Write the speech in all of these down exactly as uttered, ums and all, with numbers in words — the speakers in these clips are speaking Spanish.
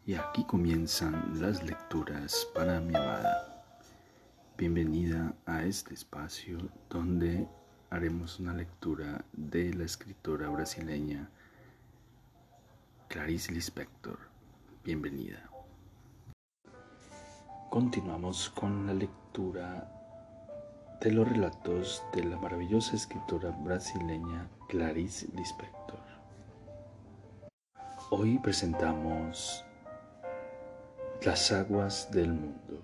Y aquí comienzan las lecturas para mi amada. Bienvenida a este espacio donde haremos una lectura de la escritora brasileña Clarice Lispector. Bienvenida. Continuamos con la lectura de los relatos de la maravillosa escritora brasileña Clarice Lispector. Hoy presentamos Las aguas del mundo.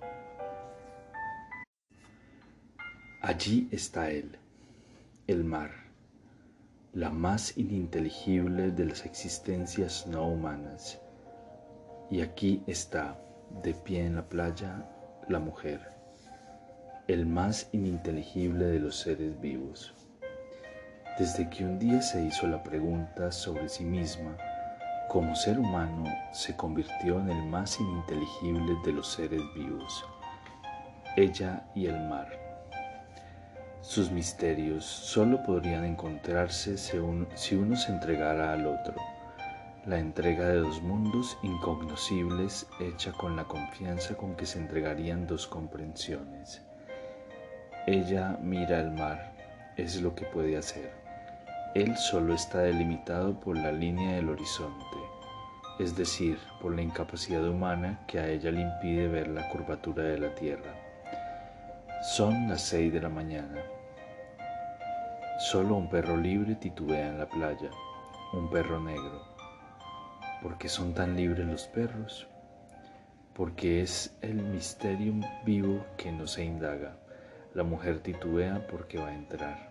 Allí está él, el mar, la más ininteligible de las existencias no humanas. Y aquí está, de pie en la playa, la mujer, el más ininteligible de los seres vivos. Desde que un día se hizo la pregunta sobre sí misma, como ser humano se convirtió en el más ininteligible de los seres vivos, ella y el mar. Sus misterios solo podrían encontrarse si uno, si uno se entregara al otro, la entrega de dos mundos incognoscibles hecha con la confianza con que se entregarían dos comprensiones. Ella mira al mar, es lo que puede hacer. Él solo está delimitado por la línea del horizonte, es decir, por la incapacidad humana que a ella le impide ver la curvatura de la tierra. Son las seis de la mañana. Solo un perro libre titubea en la playa, un perro negro. ¿Por qué son tan libres los perros? Porque es el misterio vivo que no se indaga. La mujer titubea porque va a entrar.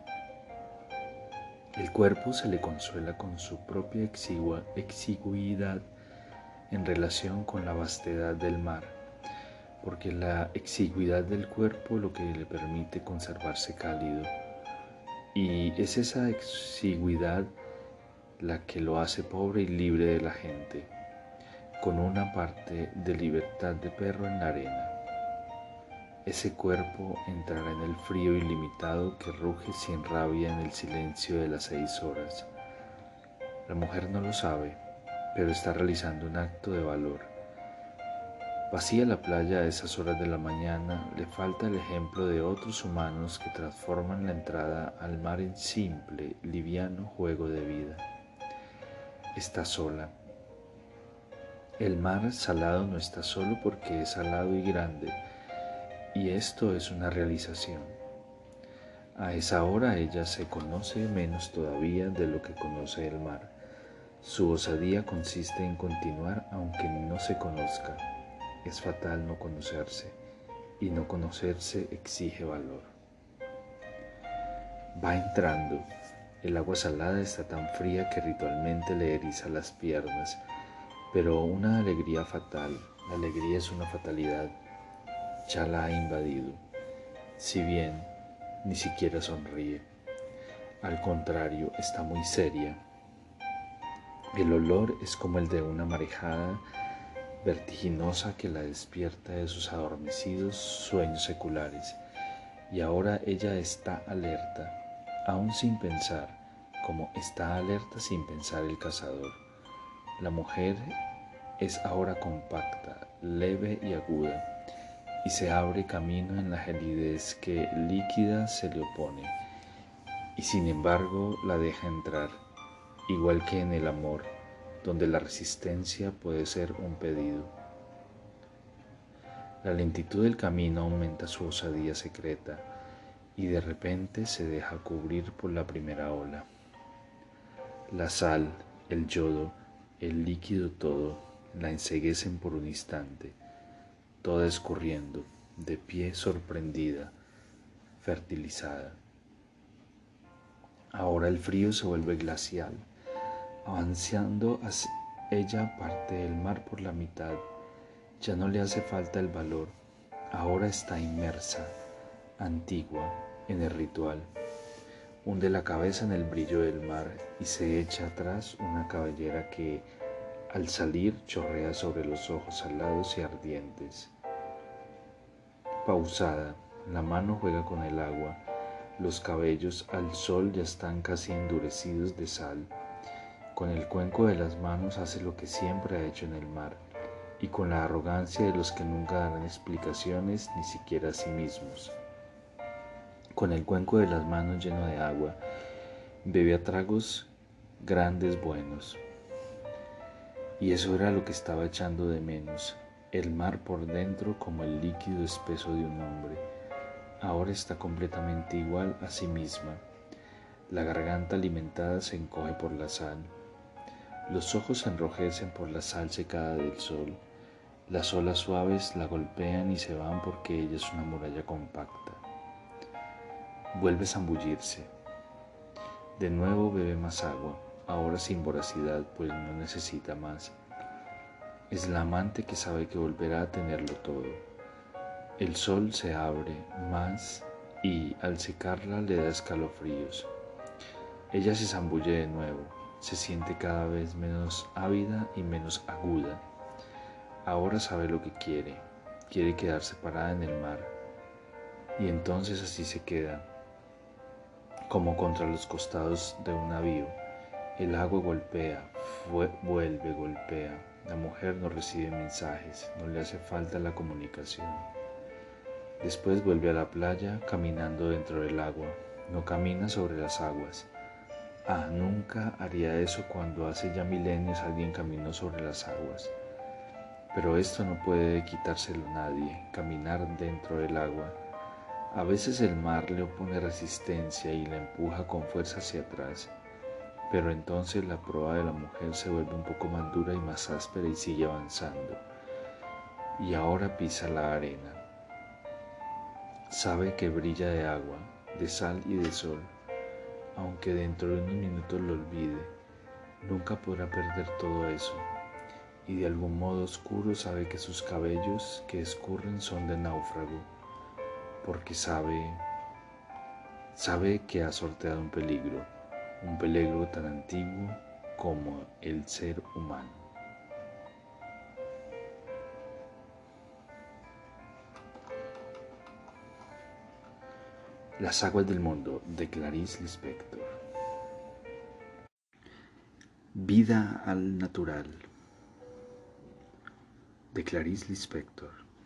El cuerpo se le consuela con su propia exigua, exiguidad en relación con la vastedad del mar, porque la exiguidad del cuerpo lo que le permite conservarse cálido, y es esa exiguidad la que lo hace pobre y libre de la gente, con una parte de libertad de perro en la arena. Ese cuerpo entrará en el frío ilimitado que ruge sin rabia en el silencio de las seis horas. La mujer no lo sabe, pero está realizando un acto de valor. Vacía la playa a esas horas de la mañana, le falta el ejemplo de otros humanos que transforman la entrada al mar en simple, liviano juego de vida. Está sola. El mar salado no está solo porque es salado y grande, y esto es una realización. A esa hora ella se conoce menos todavía de lo que conoce el mar. Su osadía consiste en continuar aunque no se conozca. Es fatal no conocerse, y no conocerse exige valor. Va entrando. El agua salada está tan fría que ritualmente le eriza las piernas, pero una alegría fatal, la alegría es una fatalidad, ya la ha invadido. Si bien ni siquiera sonríe, al contrario, está muy seria. El olor es como el de una marejada vertiginosa que la despierta de sus adormecidos sueños seculares, y ahora ella está alerta, aún sin pensar, como está alerta sin pensar el cazador. La mujer es ahora compacta, leve y aguda, y se abre camino en la gelidez que líquida se le opone, y sin embargo la deja entrar, igual que en el amor, donde la resistencia puede ser un pedido. La lentitud del camino aumenta su osadía secreta, y de repente se deja cubrir por la primera ola. La sal, el yodo, el líquido todo, la enceguecen por un instante, toda escurriendo, de pie sorprendida, fertilizada. Ahora el frío se vuelve glacial, avanzando hacia ella parte del mar por la mitad. Ya no le hace falta el valor, ahora está inmersa, antigua, en el ritual. Hunde la cabeza en el brillo del mar y se echa atrás una cabellera que, al salir, chorrea sobre los ojos salados y ardientes. Pausada, la mano juega con el agua, los cabellos al sol ya están casi endurecidos de sal. Con el cuenco de las manos hace lo que siempre ha hecho en el mar, y con la arrogancia de los que nunca darán explicaciones ni siquiera a sí mismos. Con el cuenco de las manos lleno de agua, bebe a tragos grandes buenos. Y eso era lo que estaba echando de menos, el mar por dentro como el líquido espeso de un hombre. Ahora está completamente igual a sí misma. La garganta alimentada se encoge por la sal. Los ojos se enrojecen por la sal secada del sol. Las olas suaves la golpean y se van porque ella es una muralla compacta. Vuelve a zambullirse. De nuevo bebe más agua, ahora sin voracidad, pues no necesita más. Es la amante que sabe que volverá a tenerlo todo. El sol se abre más y, al secarla, le da escalofríos. Ella se zambulle de nuevo, se siente cada vez menos ávida y menos aguda. Ahora sabe lo que quiere, quiere quedarse parada en el mar. Y entonces así se queda, como contra los costados de un navío. El agua golpea, vuelve, golpea. La mujer no recibe mensajes, no le hace falta la comunicación. Después vuelve a la playa caminando dentro del agua, no camina sobre las aguas. Ah, nunca haría eso cuando hace ya milenios alguien caminó sobre las aguas. Pero esto no puede quitárselo nadie, caminar dentro del agua. A veces el mar le opone resistencia y la empuja con fuerza hacia atrás, pero entonces la proa de la mujer se vuelve un poco más dura y más áspera y sigue avanzando. Y ahora pisa la arena. Sabe que brilla de agua, de sal y de sol. Aunque dentro de unos minutos lo olvide, nunca podrá perder todo eso. Y de algún modo oscuro sabe que sus cabellos que escurren son de náufrago, porque sabe, sabe que ha sorteado un peligro, un peligro tan antiguo como el ser humano. Las aguas del mundo, de Clarice Lispector. Vida al natural, de Clarice Lispector.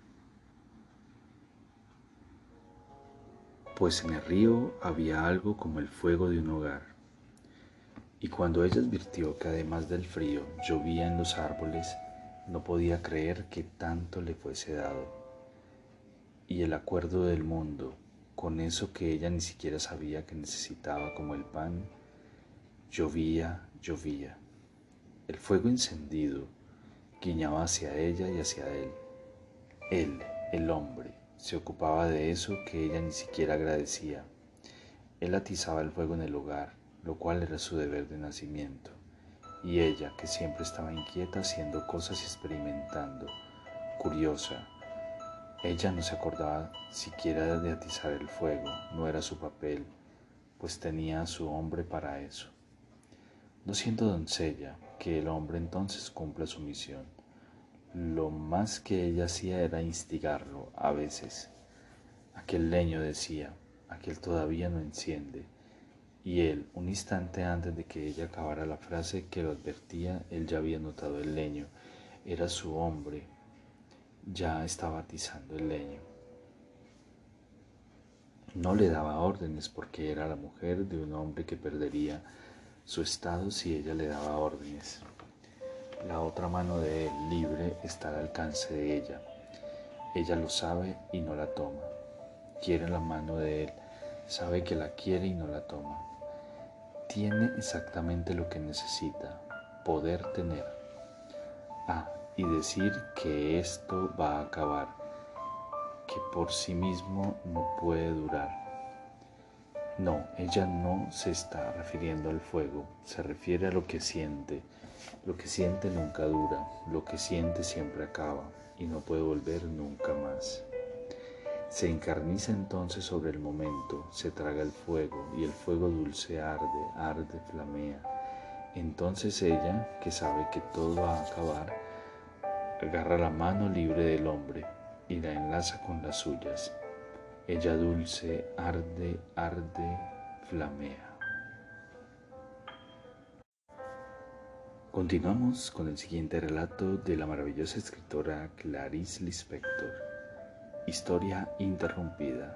Pues en el río había algo como el fuego de un hogar, y cuando ella advirtió que además del frío llovía en los árboles, no podía creer que tanto le fuese dado. Y el acuerdo del mundo, con eso que ella ni siquiera sabía que necesitaba como el pan, llovía, llovía. El fuego encendido guiñaba hacia ella y hacia él. Él, el hombre, se ocupaba de eso que ella ni siquiera agradecía. Él atizaba el fuego en el hogar, lo cual era su deber de nacimiento, y ella, que siempre estaba inquieta haciendo cosas y experimentando, curiosa. Ella no se acordaba siquiera de atizar el fuego, no era su papel, pues tenía a su hombre para eso. No siendo doncella, que el hombre entonces cumpla su misión. Lo más que ella hacía era instigarlo, a veces. Aquel leño, decía, aquel todavía no enciende. Y él, un instante antes de que ella acabara la frase que lo advertía, él ya había notado el leño. Era su hombre. Ya estaba atizando el leño. No le daba órdenes porque era la mujer de un hombre que perdería su estado si ella le daba órdenes. La otra mano de él, libre, está al alcance de ella. Ella lo sabe y no la toma. Quiere la mano de él, sabe que la quiere y no la toma. Tiene exactamente lo que necesita, poder tener. Ah, y decir que esto va a acabar, que por sí mismo no puede durar. No, ella no se está refiriendo al fuego, se refiere a lo que siente. Lo que siente nunca dura, lo que siente siempre acaba y no puede volver nunca más. Se encarniza entonces sobre el momento, se traga el fuego y el fuego dulce arde, arde, flamea. Entonces ella, que sabe que todo va a acabar, agarra la mano libre del hombre y la enlaza con las suyas. Ella dulce arde, arde, flamea. Continuamos con el siguiente relato de la maravillosa escritora Clarice Lispector. Historia interrumpida.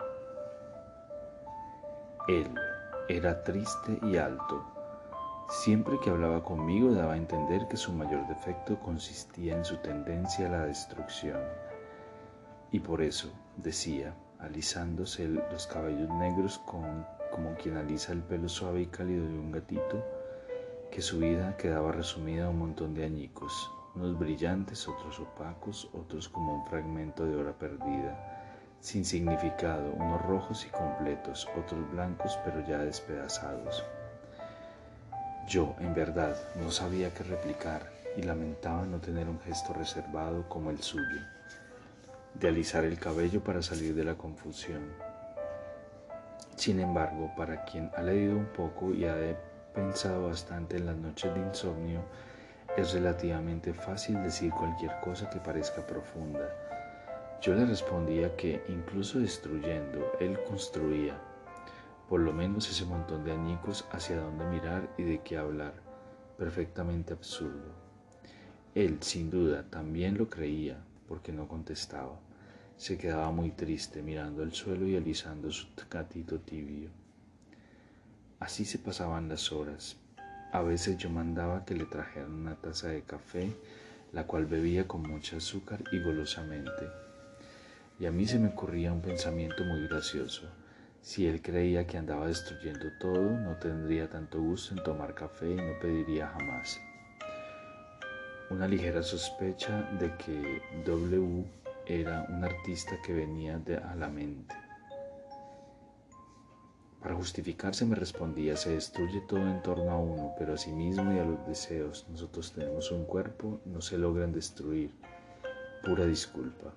Él era triste y alto. Siempre que hablaba conmigo daba a entender que su mayor defecto consistía en su tendencia a la destrucción. Y por eso, decía, alisándose los cabellos negros con, como quien alisa el pelo suave y cálido de un gatito, que su vida quedaba resumida a un montón de añicos, unos brillantes, otros opacos, otros como un fragmento de hora perdida, sin significado, unos rojos y completos, otros blancos pero ya despedazados. Yo, en verdad, no sabía qué replicar y lamentaba no tener un gesto reservado como el suyo, de alisar el cabello para salir de la confusión. Sin embargo, para quien ha leído un poco y ha pensado bastante en las noches de insomnio, es relativamente fácil decir cualquier cosa que parezca profunda. Yo le respondía que, incluso destruyendo, él construía, por lo menos ese montón de añicos hacia dónde mirar y de qué hablar, perfectamente absurdo. Él, sin duda, también lo creía, porque no contestaba. Se quedaba muy triste mirando al suelo y alisando su gatito tibio. Así se pasaban las horas. A veces yo mandaba que le trajeran una taza de café, la cual bebía con mucho azúcar y golosamente. Y a mí se me ocurría un pensamiento muy gracioso. Si él creía que andaba destruyendo todo, no tendría tanto gusto en tomar café y no pediría jamás. Una ligera sospecha de que W era un artista que venía de a la mente. Para justificarse me respondía, se destruye todo en torno a uno, pero a sí mismo y a los deseos. Nosotros tenemos un cuerpo, no se logran destruir. Pura disculpa.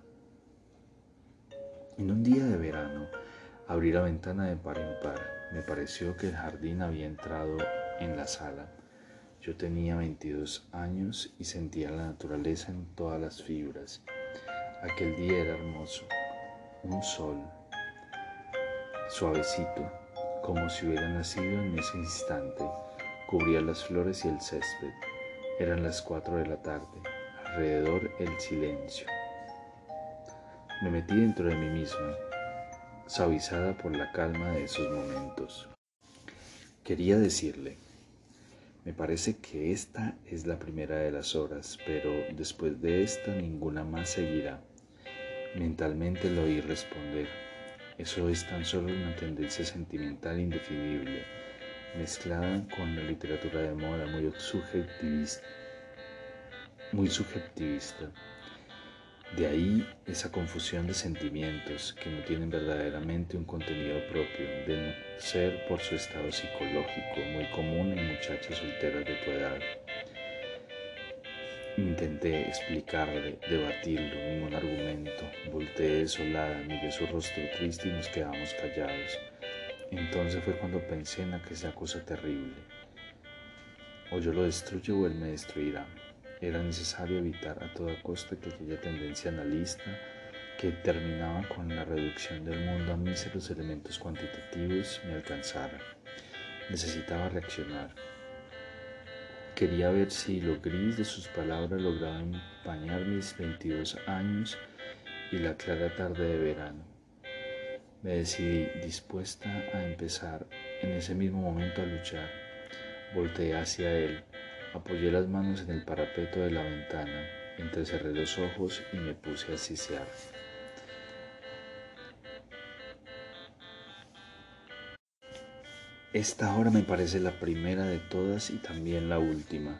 En un día de verano, abrí la ventana de par en par. Me pareció que el jardín había entrado en la sala. Yo tenía veintidós años y sentía la naturaleza en todas las fibras. Aquel día era hermoso. Un sol suavecito, como si hubiera nacido en ese instante, cubría las flores y el césped. Eran las cuatro de la tarde. Alrededor el silencio. Me metí dentro de mí mismo, suavizada por la calma de esos momentos. Quería decirle, me parece que esta es la primera de las horas, pero después de esta ninguna más seguirá. Mentalmente lo oí responder, eso es tan solo una tendencia sentimental indefinible, mezclada con la literatura de moda muy subjetivista. Muy subjetivista. De ahí esa confusión de sentimientos que no tienen verdaderamente un contenido propio, de no ser por su estado psicológico, muy común en muchachas solteras de tu edad. Intenté explicarle, debatirlo, ningún argumento. Volteé desolada, miré su rostro triste y nos quedamos callados. Entonces fue cuando pensé en aquella cosa terrible. O yo lo destruyo o él me destruirá. Era necesario evitar a toda costa que aquella tendencia analista que terminaba con la reducción del mundo a míseros elementos cuantitativos me alcanzara. Necesitaba reaccionar. Quería ver si lo gris de sus palabras lograba empañar mis veintidós años y la clara tarde de verano. Me decidí dispuesta a empezar en ese mismo momento a luchar. Volteé hacia él. Apoyé las manos en el parapeto de la ventana, entrecerré los ojos y me puse a sisear. Esta hora me parece la primera de todas y también la última.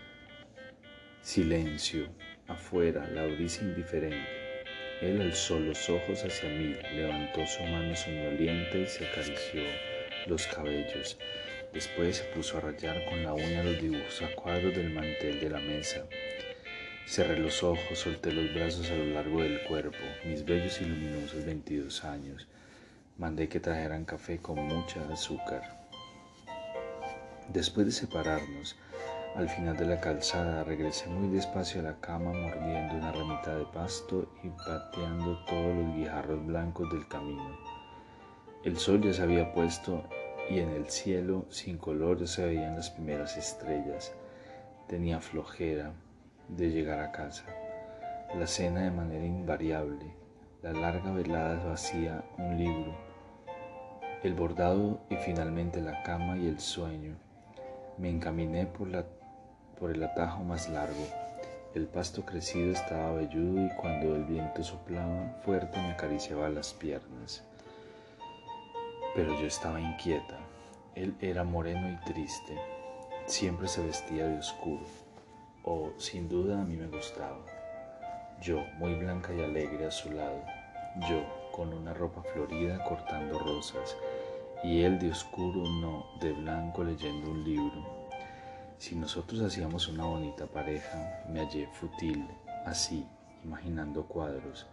Silencio. Afuera, la brisa indiferente. Él alzó los ojos hacia mí, levantó su mano soñolienta y se acarició los cabellos. Después se puso a rayar con la uña los dibujos a cuadros del mantel de la mesa. Cerré los ojos, solté los brazos a lo largo del cuerpo, mis bellos y luminosos veintidós años. Mandé que trajeran café con mucha azúcar. Después de separarnos, al final de la calzada, regresé muy despacio a la cama mordiendo una ramita de pasto y pateando todos los guijarros blancos del camino. El sol ya se había puesto y en el cielo sin color se veían las primeras estrellas. Tenía flojera de llegar a casa, la cena de manera invariable, la larga velada vacía, un libro, el bordado y finalmente la cama y el sueño. Me encaminé por, la, por el atajo más largo. El pasto crecido estaba velludo y cuando el viento soplaba fuerte me acariciaba las piernas. Pero yo estaba inquieta. Él era moreno y triste. Siempre se vestía de oscuro. O, sin duda, a mí me gustaba. Yo, muy blanca y alegre a su lado. Yo, con una ropa florida cortando rosas. Y él de oscuro, no, de blanco leyendo un libro. Si nosotros hacíamos una bonita pareja, me hallé fútil, así, imaginando cuadros.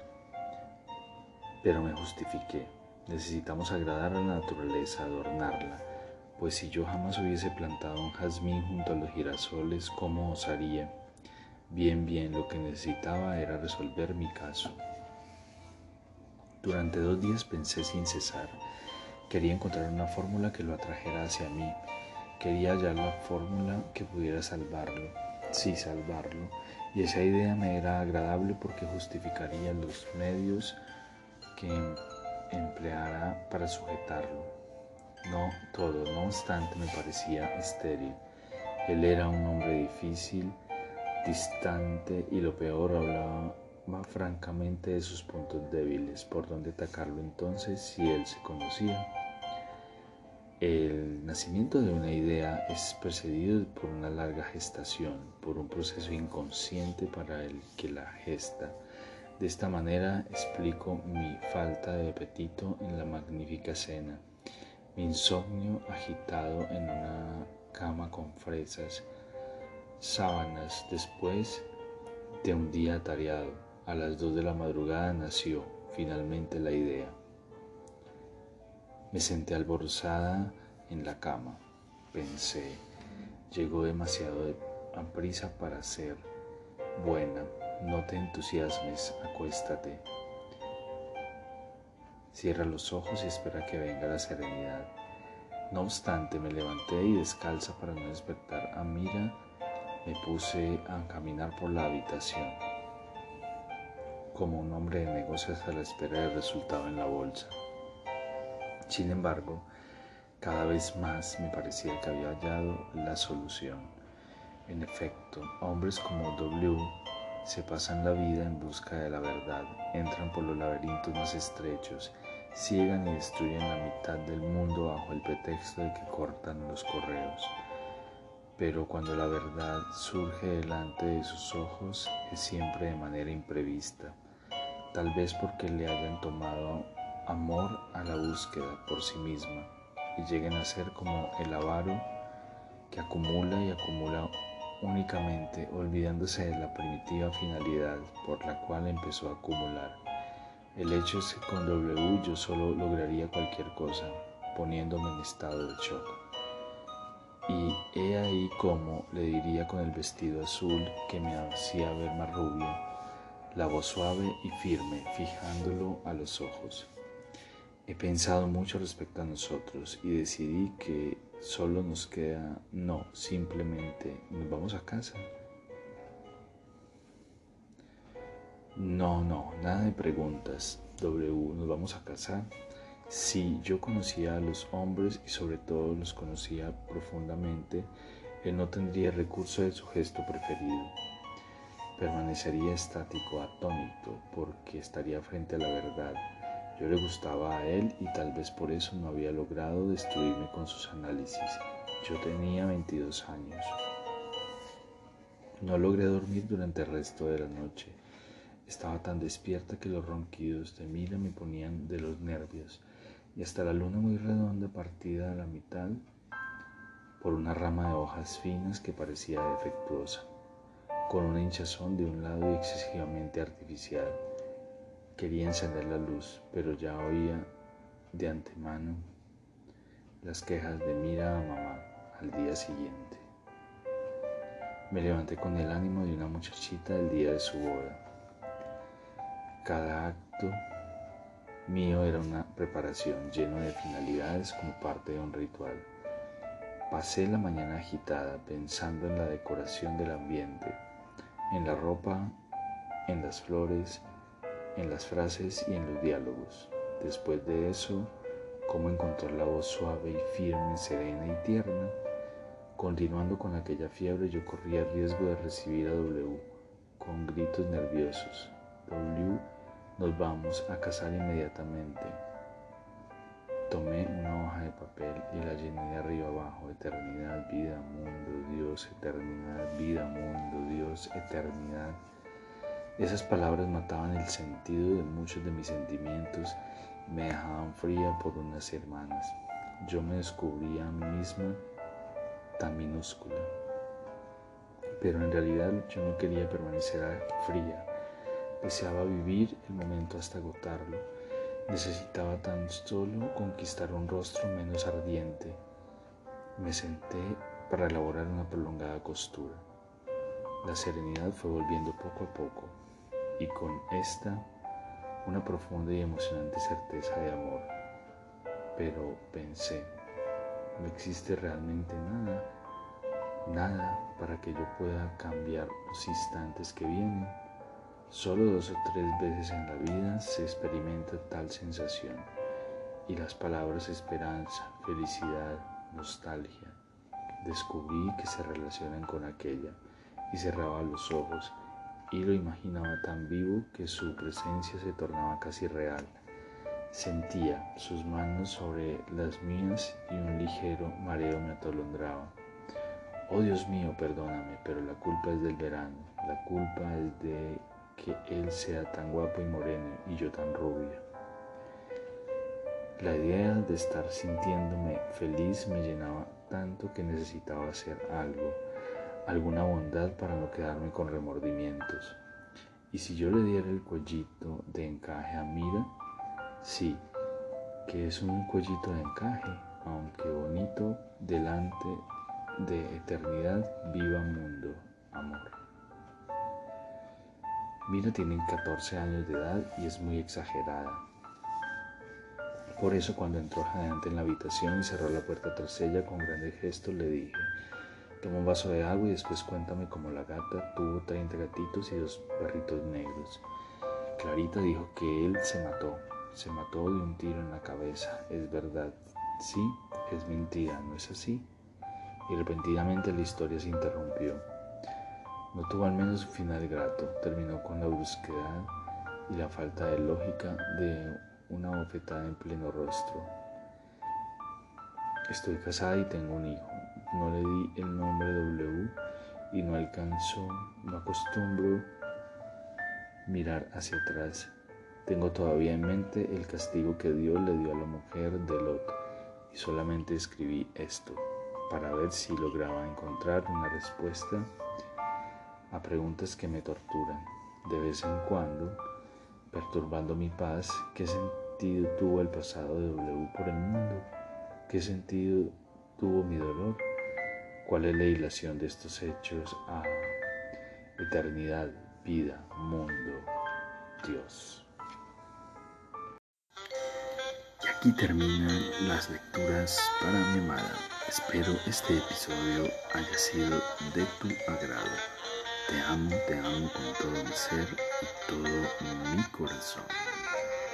Pero me justifiqué. Necesitamos agradar a la naturaleza, adornarla, pues si yo jamás hubiese plantado un jazmín junto a los girasoles, ¿cómo osaría? Bien, bien, lo que necesitaba era resolver mi caso. Durante dos días pensé sin cesar. Quería encontrar una fórmula que lo atrajera hacia mí. Quería hallar la fórmula que pudiera salvarlo, sí salvarlo, y esa idea me era agradable porque justificaría los medios que empleara para sujetarlo. No todo, no obstante, me parecía estéril. Él era un hombre difícil, distante y lo peor, hablaba francamente de sus puntos débiles. ¿Por dónde atacarlo entonces si él se conocía? El nacimiento de una idea es precedido por una larga gestación, por un proceso inconsciente para el que la gesta. De esta manera explico mi falta de apetito en la magnífica cena, mi insomnio agitado en una cama con fresas, sábanas, después de un día atareado. A las dos de la madrugada nació finalmente la idea. Me senté alborozada en la cama. Pensé, llegó demasiado a prisa para ser buena. No te entusiasmes, acuéstate. Cierra los ojos y espera que venga la serenidad. No obstante, me levanté y descalza para no despertar a Mira, me puse a caminar por la habitación, como un hombre de negocios a la espera del resultado en la bolsa. Sin embargo, cada vez más me parecía que había hallado la solución. En efecto, hombres como W se pasan la vida en busca de la verdad, entran por los laberintos más estrechos, ciegan y destruyen la mitad del mundo bajo el pretexto de que cortan los correos. Pero cuando la verdad surge delante de sus ojos es siempre de manera imprevista, tal vez porque le hayan tomado amor a la búsqueda por sí misma y lleguen a ser como el avaro que acumula y acumula únicamente, olvidándose de la primitiva finalidad por la cual empezó a acumular. El hecho es que con W yo solo lograría cualquier cosa, poniéndome en estado de shock. Y he ahí cómo le diría con el vestido azul que me hacía ver más rubia, la voz suave y firme, fijándolo a los ojos. He pensado mucho respecto a nosotros y decidí que solo nos queda, no, simplemente, ¿nos vamos a casa? No, no, nada de preguntas. W, ¿nos vamos a casar? Si yo conocía a los hombres y sobre todo los conocía profundamente, él no tendría recurso de su gesto preferido. Permanecería estático, atónito, porque estaría frente a la verdad. Yo le gustaba a él y tal vez por eso no había logrado destruirme con sus análisis. Yo tenía veintidós años. No logré dormir durante el resto de la noche. Estaba tan despierta que los ronquidos de Mira me ponían de los nervios y hasta la luna muy redonda partida a la mitad por una rama de hojas finas que parecía defectuosa, con una hinchazón de un lado y excesivamente artificial. Quería encender la luz, pero ya oía de antemano las quejas de Mira a mamá al día siguiente. Me levanté con el ánimo de una muchachita el día de su boda. Cada acto mío era una preparación lleno de finalidades como parte de un ritual. Pasé la mañana agitada pensando en la decoración del ambiente, en la ropa, en las flores, en las frases y en los diálogos. Después de eso, cómo encontrar la voz suave y firme, serena y tierna. Continuando con aquella fiebre, yo corría el riesgo de recibir a W con gritos nerviosos. W, nos vamos a casar inmediatamente. Tomé una hoja de papel y la llené de arriba abajo. Eternidad, vida, mundo, Dios, eternidad, vida, mundo, Dios, eternidad. Esas palabras mataban el sentido de muchos de mis sentimientos y me dejaban fría por unas semanas. Yo me descubría a mí misma tan minúscula. Pero en realidad yo no quería permanecer fría. Deseaba vivir el momento hasta agotarlo. Necesitaba tan solo conquistar un rostro menos ardiente. Me senté para elaborar una prolongada costura. La serenidad fue volviendo poco a poco, y con esta una profunda y emocionante certeza de amor. Pero pensé, no existe realmente nada, nada para que yo pueda cambiar los instantes que vienen. Solo dos o tres veces en la vida se experimenta tal sensación, y las palabras esperanza, felicidad, nostalgia, descubrí que se relacionan con aquella, y cerraba los ojos, y lo imaginaba tan vivo que su presencia se tornaba casi real. Sentía sus manos sobre las mías y un ligero mareo me atolondraba. Oh Dios mío, perdóname, pero la culpa es del verano, la culpa es de que él sea tan guapo y moreno y yo tan rubia. La idea de estar sintiéndome feliz me llenaba tanto que necesitaba hacer algo, alguna bondad para no quedarme con remordimientos. ¿Y si yo le diera el cuellito de encaje a Mira? Sí, que es un cuellito de encaje, aunque bonito, delante de eternidad, viva mundo, amor. Mira tiene catorce años de edad y es muy exagerada. Por eso cuando entró jadeante en la habitación y cerró la puerta tras ella con grandes gestos le dije: toma un vaso de agua y después cuéntame cómo la gata tuvo treinta gatitos y dos perritos negros. Clarita dijo que él se mató, se mató de un tiro en la cabeza. Es verdad, sí, es mentira, ¿no es así? Y repentinamente la historia se interrumpió. No tuvo al menos un final grato. Terminó con la brusquedad y la falta de lógica de una bofetada en pleno rostro. Estoy casada y tengo un hijo. No le di el nombre W y no alcanzo, no acostumbro mirar hacia atrás. Tengo todavía en mente el castigo que Dios le dio a la mujer de Lot y solamente escribí esto para ver si lograba encontrar una respuesta a preguntas que me torturan de vez en cuando, perturbando mi paz. ¿Qué sentido tuvo el pasado de W por el mundo? ¿Qué sentido tuvo mi dolor? ¿Cuál es la ilación de estos hechos a eternidad, vida, mundo, Dios? Y aquí terminan las lecturas para mi amada. Espero este episodio haya sido de tu agrado. Te amo, te amo con todo mi ser y todo mi corazón.